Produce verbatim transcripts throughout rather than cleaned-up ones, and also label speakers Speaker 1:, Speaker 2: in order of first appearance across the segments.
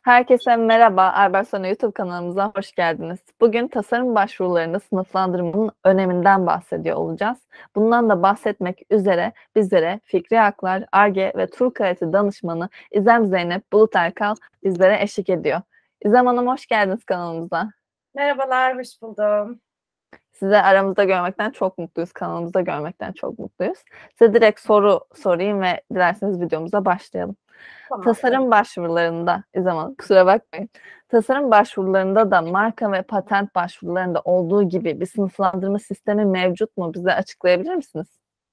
Speaker 1: Herkese merhaba, Albertsona YouTube kanalımıza hoş geldiniz. Bugün tasarım başvurularında sınıflandırmanın öneminden bahsediyor olacağız. Bundan da bahsetmek üzere bizlere Fikri Haklar, Ar-Ge ve Turkalite danışmanı İzem Zeynep Bulut Erkal bizlere eşlik ediyor. İzem Hanım hoş geldiniz kanalımıza.
Speaker 2: Merhabalar, hoş buldum.
Speaker 1: Sizi aramızda görmekten çok mutluyuz, kanalımızda görmekten çok mutluyuz. Size direkt soru sorayım ve dilerseniz videomuza başlayalım.
Speaker 2: Tamam, tabii.
Speaker 1: Tasarım başvurularında, o zaman kusura bakmayın. Tasarım başvurularında da marka ve patent başvurularında olduğu gibi bir sınıflandırma sistemi mevcut mu? Bize açıklayabilir misiniz?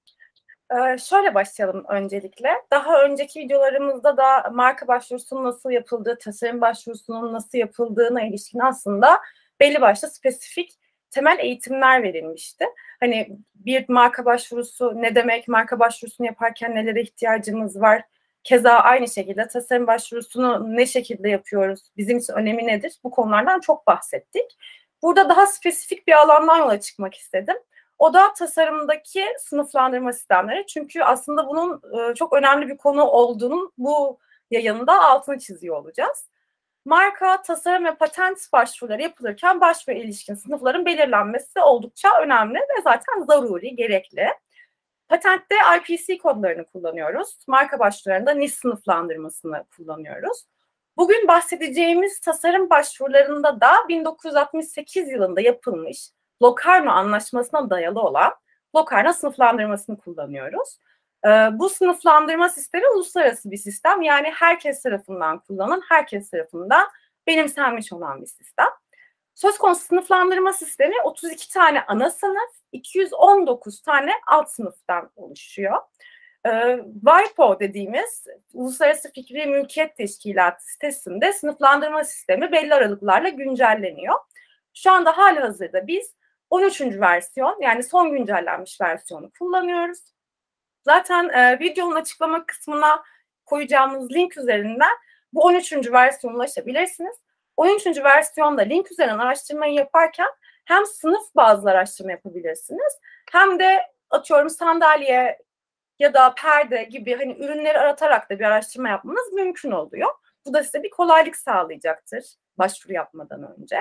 Speaker 2: Ee, şöyle başlayalım öncelikle. Daha önceki videolarımızda da marka başvurusunun nasıl yapıldığı, tasarım başvurusunun nasıl yapıldığına ilişkin aslında belli başlı spesifik temel eğitimler verilmişti. Hani bir marka başvurusu ne demek, marka başvurusunu yaparken nelere ihtiyacımız var? Keza aynı şekilde tasarım başvurusunu ne şekilde yapıyoruz, bizim için önemi nedir? Bu konulardan çok bahsettik. Burada daha spesifik bir alandan yola çıkmak istedim. O da tasarımdaki sınıflandırma sistemleri. Çünkü aslında bunun e, çok önemli bir konu olduğunun bu yayında altını çiziyor olacağız. Marka, tasarım ve patent başvuruları yapılırken başvuru ilişkin sınıfların belirlenmesi oldukça önemli ve zaten zaruri, gerekli. Patentte I P C kodlarını kullanıyoruz. Marka başvurularında N I S sınıflandırmasını kullanıyoruz. Bugün bahsedeceğimiz tasarım başvurularında da bin dokuz yüz altmış sekiz yılında yapılmış Locarno Anlaşması'na dayalı olan Locarno sınıflandırmasını kullanıyoruz. Ee, bu sınıflandırma sistemi uluslararası bir sistem. Yani herkes tarafından kullanılan, herkes tarafından benimsenmiş olan bir sistem. Söz konusu sınıflandırma sistemi otuz iki tane ana sınıf, iki yüz on dokuz tane alt sınıftan oluşuyor. Ee, WIPO dediğimiz Uluslararası Fikri Mülkiyet Teşkilatı sitesinde sınıflandırma sistemi belli aralıklarla güncelleniyor. Şu anda halihazırda biz on üçüncü versiyon, yani son güncellenmiş versiyonu kullanıyoruz. Zaten e, videonun açıklama kısmına koyacağımız link üzerinden bu on üçüncü versiyona ulaşabilirsiniz. on üçüncü versiyonda link üzerinden araştırmayı yaparken hem sınıf bazlı araştırma yapabilirsiniz, hem de atıyorum sandalye ya da perde gibi hani ürünleri aratarak da bir araştırma yapmanız mümkün oluyor. Bu da size bir kolaylık sağlayacaktır başvuru yapmadan önce.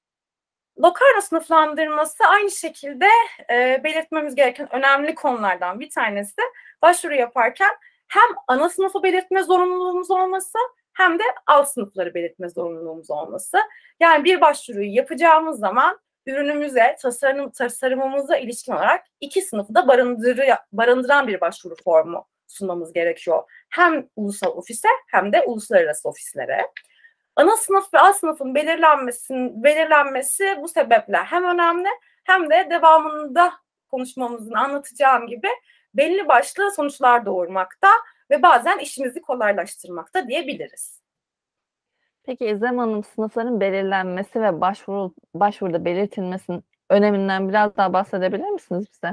Speaker 2: Locarno sınıflandırması aynı şekilde e, belirtmemiz gereken önemli konulardan bir tanesi. Başvuru yaparken hem ana sınıfı belirtme zorunluluğumuz olması hem de alt sınıfları belirtme zorunluluğumuz olması. Yani bir başvuruyu yapacağımız zaman ürünümüze, tasarım, tasarımımıza ilişkin olarak iki sınıfı da barındırı, barındıran bir başvuru formu sunmamız gerekiyor. Hem ulusal ofise hem de uluslararası ofislere. Ana sınıf ve alt sınıfın belirlenmesinin belirlenmesi bu sebeple hem önemli hem de devamında konuşmamızın anlatacağım gibi belli başlı sonuçlar doğurmakta ve bazen işimizi kolaylaştırmakta diyebiliriz.
Speaker 1: Peki İzem Hanım, sınıfların belirlenmesi ve başvuru, başvuruda belirtilmesinin öneminden biraz daha bahsedebilir misiniz bize?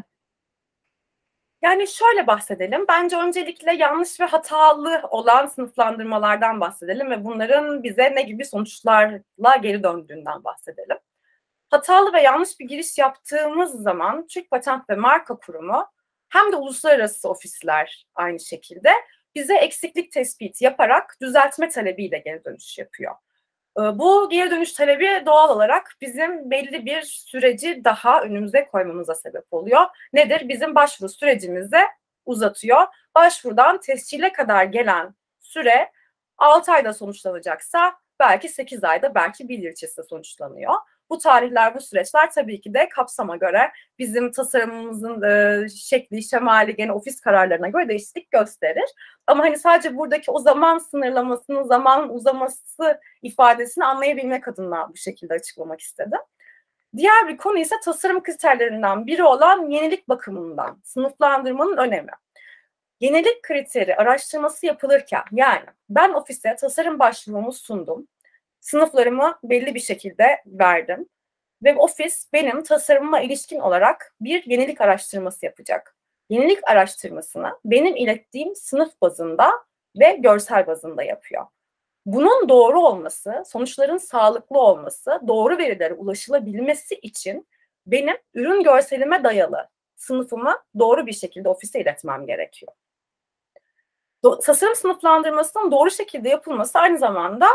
Speaker 2: Yani şöyle bahsedelim. Bence öncelikle yanlış ve hatalı olan sınıflandırmalardan bahsedelim ve bunların bize ne gibi sonuçlarla geri döndüğünden bahsedelim. Hatalı ve yanlış bir giriş yaptığımız zaman Türk Patent ve Marka Kurumu hem de uluslararası ofisler aynı şekilde bize eksiklik tespiti yaparak düzeltme talebiyle geri dönüş yapıyor. Bu geri dönüş talebi doğal olarak bizim belli bir süreci daha önümüze koymamıza sebep oluyor. Nedir? Bizim başvuru sürecimizi uzatıyor. Başvurudan tescile kadar gelen süre altı ayda sonuçlanacaksa belki sekiz ayda, belki bir yıl içerisinde sonuçlanıyor. Bu tarihler, bu süreçler tabii ki de kapsama göre bizim tasarımımızın e, şekli, şemali, gene ofis kararlarına göre değişiklik gösterir. Ama hani sadece buradaki o zaman sınırlamasının zaman uzaması ifadesini anlayabilmek adına bu şekilde açıklamak istedim. Diğer bir konu ise tasarım kriterlerinden biri olan yenilik bakımından sınıflandırmanın önemi. Yenilik kriteri araştırması yapılırken, yani ben ofise tasarım başvurumu sundum, sınıflarımı belli bir şekilde verdim ve ofis benim tasarımıma ilişkin olarak bir yenilik araştırması yapacak. Yenilik araştırmasını benim ilettiğim sınıf bazında ve görsel bazında yapıyor. Bunun doğru olması, sonuçların sağlıklı olması, doğru verilere ulaşılabilmesi için benim ürün görselime dayalı sınıfımı doğru bir şekilde ofise iletmem gerekiyor. Tasarım sınıflandırmasının doğru şekilde yapılması aynı zamanda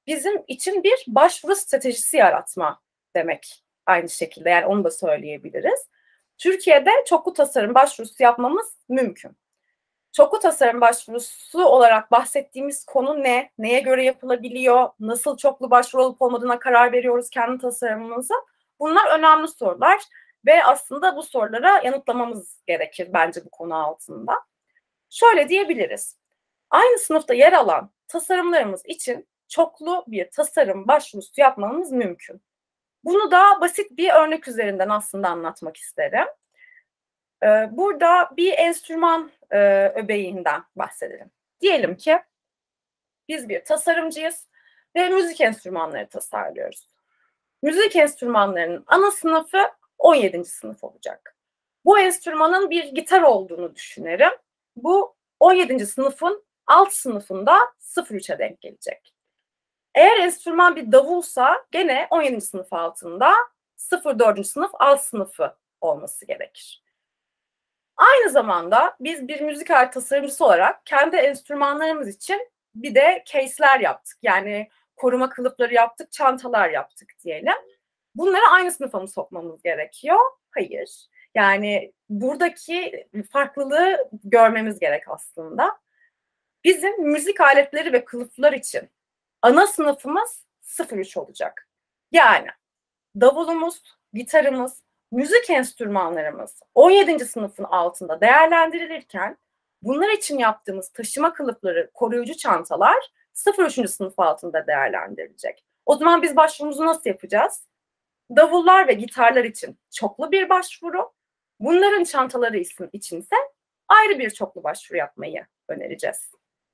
Speaker 2: bizim için bir başvuru stratejisi yaratma demek aynı şekilde. Yani onu da söyleyebiliriz. Türkiye'de çoklu tasarım başvurusu yapmamız mümkün. Çoklu tasarım başvurusu olarak bahsettiğimiz konu ne? Neye göre yapılabiliyor? Nasıl çoklu başvuru olup olmadığına karar veriyoruz kendi tasarımımıza? Bunlar önemli sorular ve aslında bu sorulara yanıtlamamız gerekir bence bu konu altında. Şöyle diyebiliriz. Aynı sınıfta yer alan tasarımlarımız için çoklu bir tasarım başvurusu yapmamız mümkün. Bunu da basit bir örnek üzerinden aslında anlatmak isterim. Burada bir enstrüman öbeğinden bahsedelim. Diyelim ki biz bir tasarımcıyız ve müzik enstrümanları tasarlıyoruz. Müzik enstrümanlarının ana sınıfı on yedinci sınıf olacak. Bu enstrümanın bir gitar olduğunu düşünelim. Bu on yedinci sınıfın alt sınıfında sıfır üçe denk gelecek. Eğer enstrüman bir davulsa gene on yedinci sınıf altında sıfır dördüncü sınıf alt sınıfı olması gerekir. Aynı zamanda biz bir müzik alet tasarımcısı olarak kendi enstrümanlarımız için bir de case'ler yaptık. Yani koruma kılıfları yaptık, çantalar yaptık diyelim. Bunları aynı sınıfa mı sokmamız gerekiyor? Hayır. Yani buradaki farklılığı görmemiz gerek aslında. Bizim müzik aletleri ve kılıflar için ana sınıfımız sıfır üç olacak. Yani davulumuz, gitarımız, müzik enstrümanlarımız on yedinci sınıfın altında değerlendirilirken bunlar için yaptığımız taşıma kılıfları, koruyucu çantalar sıfır üçüncü sınıf altında değerlendirilecek. O zaman biz başvurumuzu nasıl yapacağız? Davullar ve gitarlar için çoklu bir başvuru, bunların çantaları içinse ayrı bir çoklu başvuru yapmayı önereceğiz.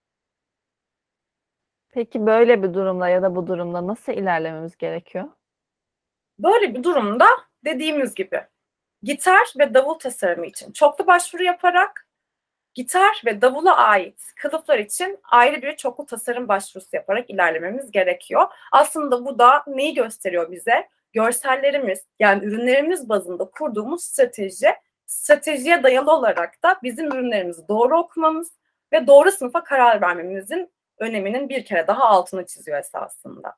Speaker 1: Peki böyle bir durumda ya da bu durumda nasıl ilerlememiz gerekiyor?
Speaker 2: Böyle bir durumda dediğimiz gibi gitar ve davul tasarımı için çoklu başvuru yaparak gitar ve davula ait kılıflar için ayrı bir çoklu tasarım başvurusu yaparak ilerlememiz gerekiyor. Aslında bu da neyi gösteriyor bize? Görsellerimiz, yani ürünlerimiz bazında kurduğumuz strateji, stratejiye dayalı olarak da bizim ürünlerimizi doğru okumamız ve doğru sınıfa karar vermemizin öneminin bir kere daha altını çiziyor esasında.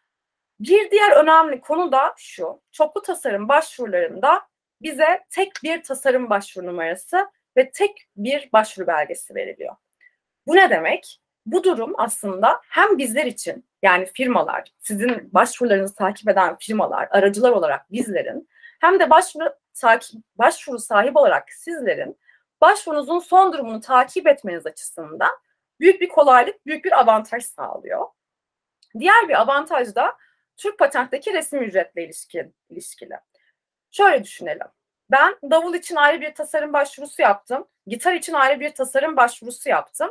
Speaker 2: Bir diğer önemli konu da şu, çoklu tasarım başvurularında bize tek bir tasarım başvuru numarası ve tek bir başvuru belgesi veriliyor. Bu ne demek? Bu durum aslında hem bizler için, yani firmalar, sizin başvurularınızı takip eden firmalar, aracılar olarak bizlerin, hem de başvuru, takip, başvuru sahibi olarak sizlerin başvurunuzun son durumunu takip etmeniz açısından büyük bir kolaylık, büyük bir avantaj sağlıyor. Diğer bir avantaj da Türk Patent'teki resim ücretle ilişkin, ilişkili. Şöyle düşünelim. Ben davul için ayrı bir tasarım başvurusu yaptım. Gitar için ayrı bir tasarım başvurusu yaptım.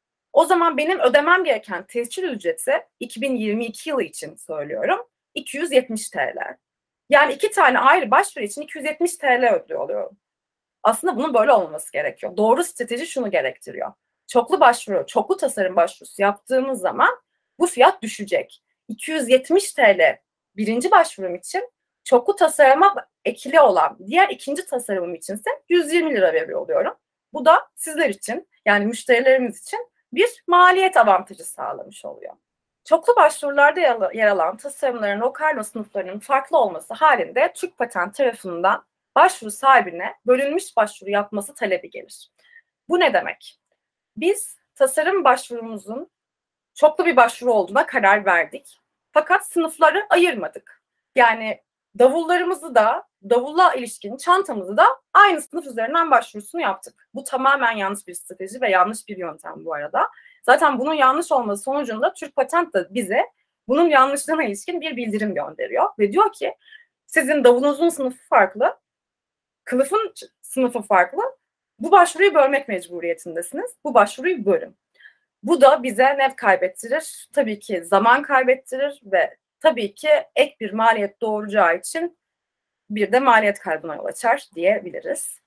Speaker 2: O zaman benim ödemem gereken tescil ücreti iki bin yirmi iki yılı için söylüyorum. iki yüz yetmiş TL. Yani iki tane ayrı başvuru için iki yüz yetmiş TL ödüyor oluyorum. Aslında bunun böyle olmaması gerekiyor. Doğru strateji şunu gerektiriyor. Çoklu başvuru, çoklu tasarım başvurusu yaptığımız zaman bu fiyat düşecek. iki yüz yetmiş TL birinci başvurum için, çoklu tasarıma ekili olan diğer ikinci tasarımım içinse yüz yirmi lira veriyor oluyorum. Bu da sizler için, yani müşterilerimiz için bir maliyet avantajı sağlamış oluyor. Çoklu başvurularda yer alan tasarımların Locarno sınıflarının farklı olması halinde Türk Patent tarafından başvuru sahibine bölünmüş başvuru yapması talebi gelir. Bu ne demek? Biz tasarım başvurumuzun çoklu bir başvuru olduğuna karar verdik. Fakat sınıfları ayırmadık. Yani davullarımızı da, davulla ilişkin çantamızı da aynı sınıf üzerinden başvurusunu yaptık. Bu tamamen yanlış bir strateji ve yanlış bir yöntem bu arada. Zaten bunun yanlış olması sonucunda Türk Patent de bize bunun yanlışlığına ilişkin bir bildirim gönderiyor. Ve diyor ki sizin davulunuzun sınıfı farklı, kılıfın sınıfı farklı. Bu başvuruyu bölmek mecburiyetindesiniz. Bu başvuruyu bölün. Bu da bize ne kaybettirir? Tabii ki zaman kaybettirir ve tabii ki ek bir maliyet doğuracağı için bir de maliyet kaybına yol açar diyebiliriz.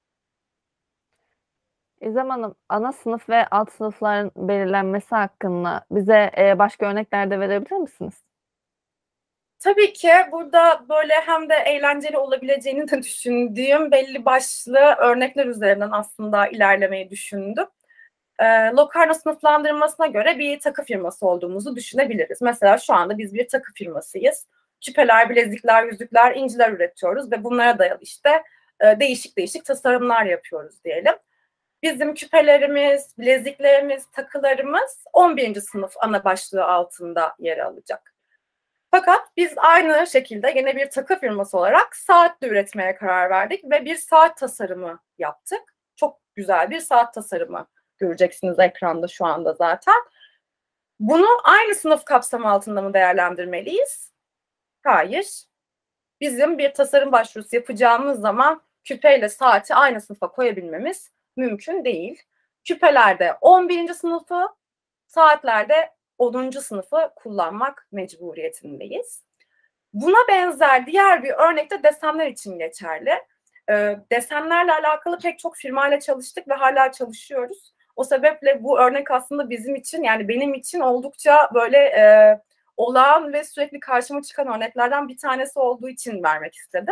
Speaker 1: İzlem Hanım, ana sınıf ve alt sınıfların belirlenmesi hakkında bize e, başka örnekler de verebilir misiniz?
Speaker 2: Tabii ki burada böyle hem de eğlenceli olabileceğini de düşündüğüm belli başlı örnekler üzerinden aslında ilerlemeyi düşündüm. e, Locarno sınıflandırmasına göre bir takı firması olduğumuzu düşünebiliriz. Mesela şu anda biz bir takı firmasıyız. Küpeler, bilezikler, yüzükler, inciler üretiyoruz ve bunlara dayalı işte e, değişik değişik tasarımlar yapıyoruz diyelim. Bizim küpelerimiz, bileziklerimiz, takılarımız on birinci sınıf ana başlığı altında yer alacak. Fakat biz aynı şekilde yine bir takı firması olarak saat de üretmeye karar verdik ve bir saat tasarımı yaptık. Çok güzel bir saat tasarımı göreceksiniz ekranda şu anda zaten. Bunu aynı sınıf kapsamı altında mı değerlendirmeliyiz? Hayır. Bizim bir tasarım başvurusu yapacağımız zaman küpeyle saati aynı sınıfa koyabilmemiz mümkün değil. Küpelerde on birinci sınıfı, saatlerde onuncu sınıfı kullanmak mecburiyetindeyiz. Buna benzer diğer bir örnek de desenler için geçerli. Ee, desenlerle alakalı pek çok firmayla çalıştık ve hala çalışıyoruz. O sebeple bu örnek aslında bizim için, yani benim için oldukça böyle e, olağan ve sürekli karşıma çıkan örneklerden bir tanesi olduğu için vermek istedim.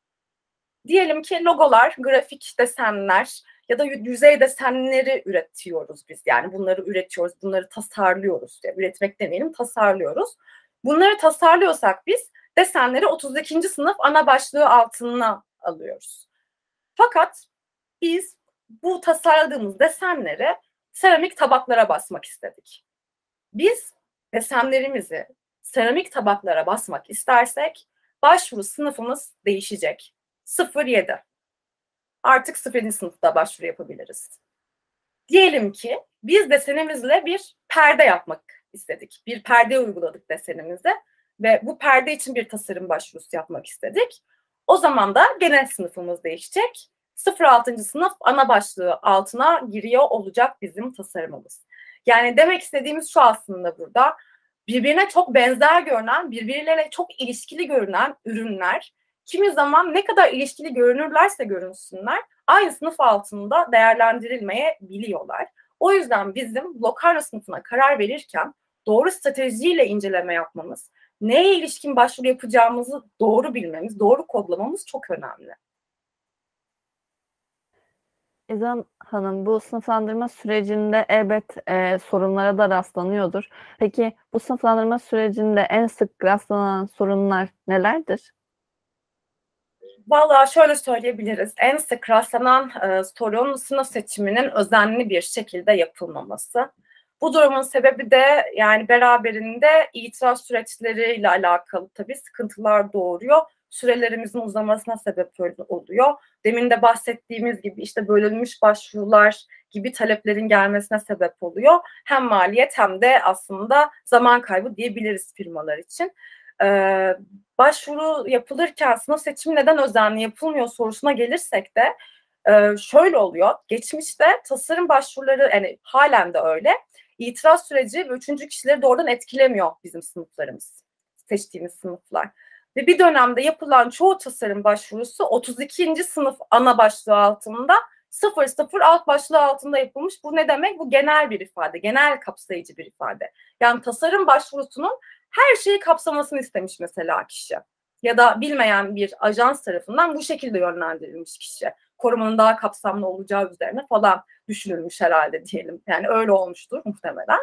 Speaker 2: Diyelim ki logolar, grafik desenler ya da yüzey desenleri üretiyoruz biz. Yani bunları üretiyoruz, bunları tasarlıyoruz. Yani üretmek demeyelim, tasarlıyoruz. Bunları tasarlıyorsak biz desenleri otuz ikinci sınıf ana başlığı altına alıyoruz. Fakat biz bu tasarladığımız desenleri seramik tabaklara basmak istedik. Biz desenlerimizi seramik tabaklara basmak istersek başvuru sınıfımız değişecek. sıfır yedi. Artık sıfırıncı sınıfta başvuru yapabiliriz. Diyelim ki biz desenimizle bir perde yapmak istedik. Bir perde uyguladık desenimize ve bu perde için bir tasarım başvurusu yapmak istedik. O zaman da genel sınıfımız değişecek. sıfır altıncı sınıf ana başlığı altına giriyor olacak bizim tasarımımız. Yani demek istediğimiz şu aslında burada. Birbirine çok benzer görünen, birbirleriyle çok ilişkili görünen ürünler kimi zaman ne kadar ilişkili görünürlerse görünsünler aynı sınıf altında değerlendirilmeye biliyorlar. O yüzden bizim Locarno sınıfına karar verirken doğru stratejiyle inceleme yapmamız, neye ilişkin başvuru yapacağımızı doğru bilmemiz, doğru kodlamamız çok önemli.
Speaker 1: İzan Hanım, bu sınıflandırma sürecinde elbet e, sorunlara da rastlanıyordur. Peki bu sınıflandırma sürecinde en sık rastlanan sorunlar nelerdir?
Speaker 2: Vallahi şöyle söyleyebiliriz. En sık rastlanan e, sorun sınıf seçiminin özenli bir şekilde yapılmaması. Bu durumun sebebi de yani beraberinde itiraz süreçleriyle alakalı tabii sıkıntılar doğuruyor. Sürelerimizin uzamasına sebep oluyor. Demin de bahsettiğimiz gibi işte bölünmüş başvurular gibi taleplerin gelmesine sebep oluyor. Hem maliyet hem de aslında zaman kaybı diyebiliriz firmalar için. Ee, başvuru yapılırken sınıf seçimi neden özenli yapılmıyor sorusuna gelirsek de e, şöyle oluyor. Geçmişte tasarım başvuruları, yani halen de öyle, itiraz süreci ve üçüncü kişileri doğrudan etkilemiyor bizim sınıflarımız, seçtiğimiz sınıflar. Ve bir dönemde yapılan çoğu tasarım başvurusu otuz ikinci sınıf ana başlığı altında sıfır sıfır alt başlığı altında yapılmış. Bu ne demek? Bu genel bir ifade, genel kapsayıcı bir ifade. Yani tasarım başvurusunun her şeyi kapsamasını istemiş mesela kişi. Ya da bilmeyen bir ajans tarafından bu şekilde yönlendirilmiş kişi. Korumanın daha kapsamlı olacağı üzerine falan düşünülmüş herhalde diyelim. Yani öyle olmuştur muhtemelen.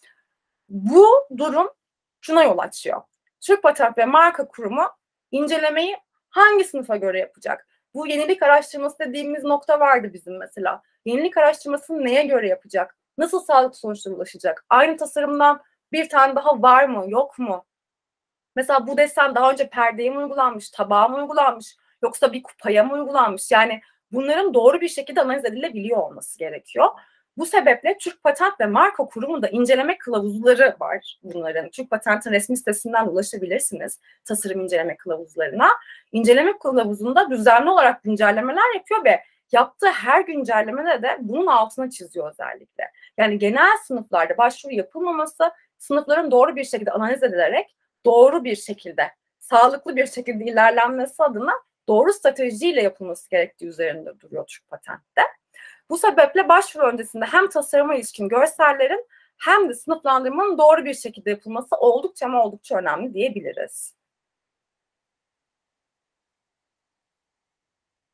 Speaker 2: Bu durum şuna yol açıyor. Türk Patent ve Marka Kurumu incelemeyi hangi sınıfa göre yapacak? Bu yenilik araştırması dediğimiz nokta vardı bizim mesela. Yenilik araştırmasını neye göre yapacak? Nasıl sağlıklı sonuçlara ulaşacak? Aynı tasarımdan bir tane daha var mı, yok mu? Mesela bu desen daha önce perdeye mi uygulanmış, tabağa mı uygulanmış, yoksa bir kupaya mı uygulanmış? Yani bunların doğru bir şekilde analiz edilebiliyor olması gerekiyor. Bu sebeple Türk Patent ve Marka Kurumu'nda inceleme kılavuzları var bunların. Türk Patent'in resmi sitesinden ulaşabilirsiniz tasarım inceleme kılavuzlarına. İnceleme kılavuzunda düzenli olarak güncellemeler yapıyor ve yaptığı her güncellemede de bunun altına çiziyor özellikle. Yani genel sınıflarda başvuru yapılmaması, sınıfların doğru bir şekilde analiz edilerek doğru bir şekilde, sağlıklı bir şekilde ilerlenmesi adına doğru stratejiyle yapılması gerektiği üzerinde duruyor Türk Patent'te. Bu sebeple başvuru öncesinde hem tasarıma ilişkin görsellerin hem de sınıflandırmanın doğru bir şekilde yapılması oldukça ama oldukça önemli diyebiliriz.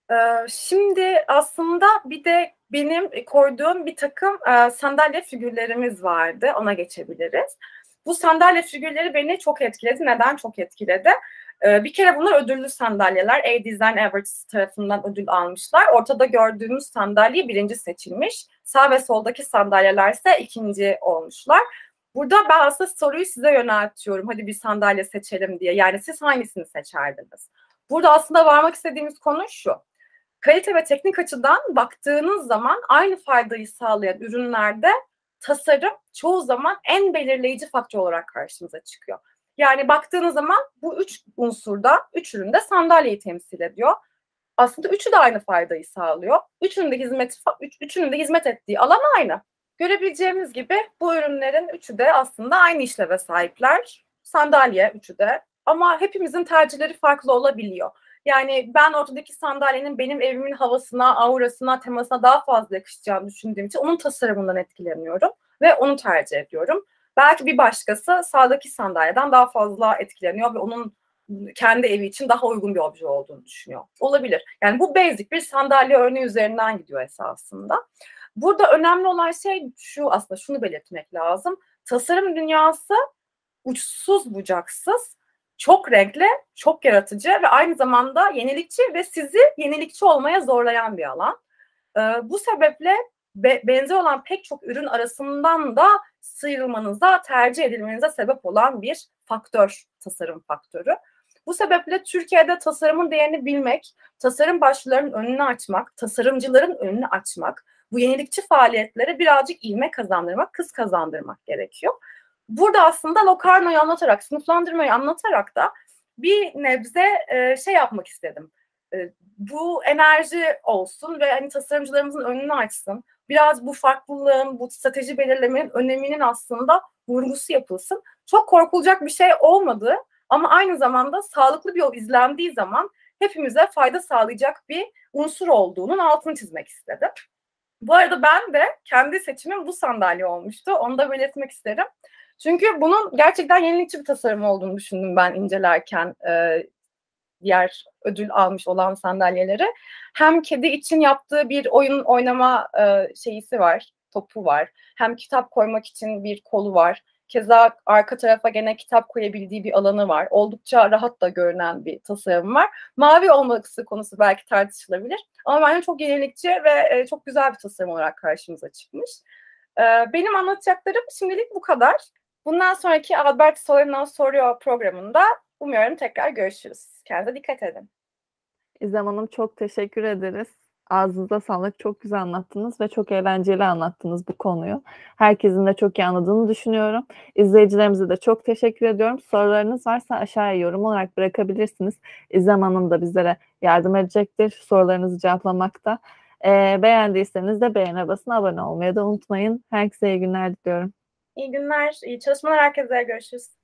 Speaker 2: Ee, Şimdi aslında bir de benim koyduğum bir takım e, sandalye figürlerimiz vardı. Ona geçebiliriz. Bu sandalye figürleri beni çok etkiledi. Neden çok etkiledi? Ee, Bir kere bunlar ödüllü sandalyeler. A-Design Awards tarafından ödül almışlar. Ortada gördüğümüz sandalye birinci seçilmiş. Sağ ve soldaki sandalyeler ise ikinci olmuşlar. Burada ben aslında soruyu size yöneltiyorum. Hadi bir sandalye seçelim diye. Yani siz hangisini seçerdiniz? Burada aslında varmak istediğimiz konu şu: kalite ve teknik açıdan baktığınız zaman aynı faydayı sağlayan ürünlerde tasarım çoğu zaman en belirleyici faktör olarak karşımıza çıkıyor. Yani baktığınız zaman bu üç unsurda, üç üründe sandalyeyi temsil ediyor. Aslında üçü de aynı faydayı sağlıyor. Üçünün de hizmet, üç, üçünün de hizmet ettiği alan aynı. Görebileceğimiz gibi bu ürünlerin üçü de aslında aynı işleve sahipler. Sandalye üçü de. Ama hepimizin tercihleri farklı olabiliyor. Yani ben ortadaki sandalyenin benim evimin havasına, aurasına, temasına daha fazla yakışacağını düşündüğüm için onun tasarımından etkileniyorum ve onu tercih ediyorum. Belki bir başkası sağdaki sandalyeden daha fazla etkileniyor ve onun kendi evi için daha uygun bir obje olduğunu düşünüyor. Olabilir. Yani bu basic bir sandalye örneği üzerinden gidiyor esasında. Burada önemli olan şey şu, aslında şunu belirtmek lazım. Tasarım dünyası uçsuz bucaksız, çok renkli, çok yaratıcı ve aynı zamanda yenilikçi ve sizi yenilikçi olmaya zorlayan bir alan. Ee, bu sebeple be, benzer olan pek çok ürün arasından da sıyrılmanıza, tercih edilmenize sebep olan bir faktör, tasarım faktörü. Bu sebeple Türkiye'de tasarımın değerini bilmek, tasarım başvurularının önünü açmak, tasarımcıların önünü açmak, bu yenilikçi faaliyetlere birazcık ivme kazandırmak, hız kazandırmak gerekiyor. Burada aslında Locarno'yu anlatarak, sınıflandırmayı anlatarak da bir nebze e, şey yapmak istedim. E, bu enerji olsun ve hani tasarımcılarımızın önünü açsın. Biraz bu farklılığın, bu strateji belirlemenin öneminin aslında vurgusu yapılsın. Çok korkulacak bir şey olmadı ama aynı zamanda sağlıklı bir yol izlendiği zaman hepimize fayda sağlayacak bir unsur olduğunun altını çizmek istedim. Bu arada ben de kendi seçimim bu sandalye olmuştu. Onu da belirtmek isterim. Çünkü bunun gerçekten yenilikçi bir tasarım olduğunu düşündüm ben incelerken e, diğer ödül almış olan sandalyeleri. Hem kedi için yaptığı bir oyun oynama e, şeyisi var, topu var. Hem kitap koymak için bir kolu var. Keza arka tarafa gene kitap koyabildiği bir alanı var. Oldukça rahat da görünen bir tasarım var. Mavi olması konusu belki tartışılabilir. Ama bence çok yenilikçi ve e, çok güzel bir tasarım olarak karşımıza çıkmış. E, benim anlatacaklarım şimdilik bu kadar. Bundan sonraki Albert Solano Soruyor programında umuyorum tekrar görüşürüz. Kendinize dikkat edin.
Speaker 1: İzlem Hanım, çok teşekkür ederiz. Ağzınıza sağlık. Çok güzel anlattınız ve çok eğlenceli anlattınız bu konuyu. Herkesin de çok iyi anladığını düşünüyorum. İzleyicilerimize de çok teşekkür ediyorum. Sorularınız varsa aşağıya yorum olarak bırakabilirsiniz. İzlem Hanım da bizlere yardım edecektir sorularınızı cevaplamakta. Ee, beğendiyseniz de beğene basın, abone olmayı da unutmayın. Herkese iyi günler diliyorum.
Speaker 2: İyi günler, iyi çalışmalar herkese. Görüşürüz.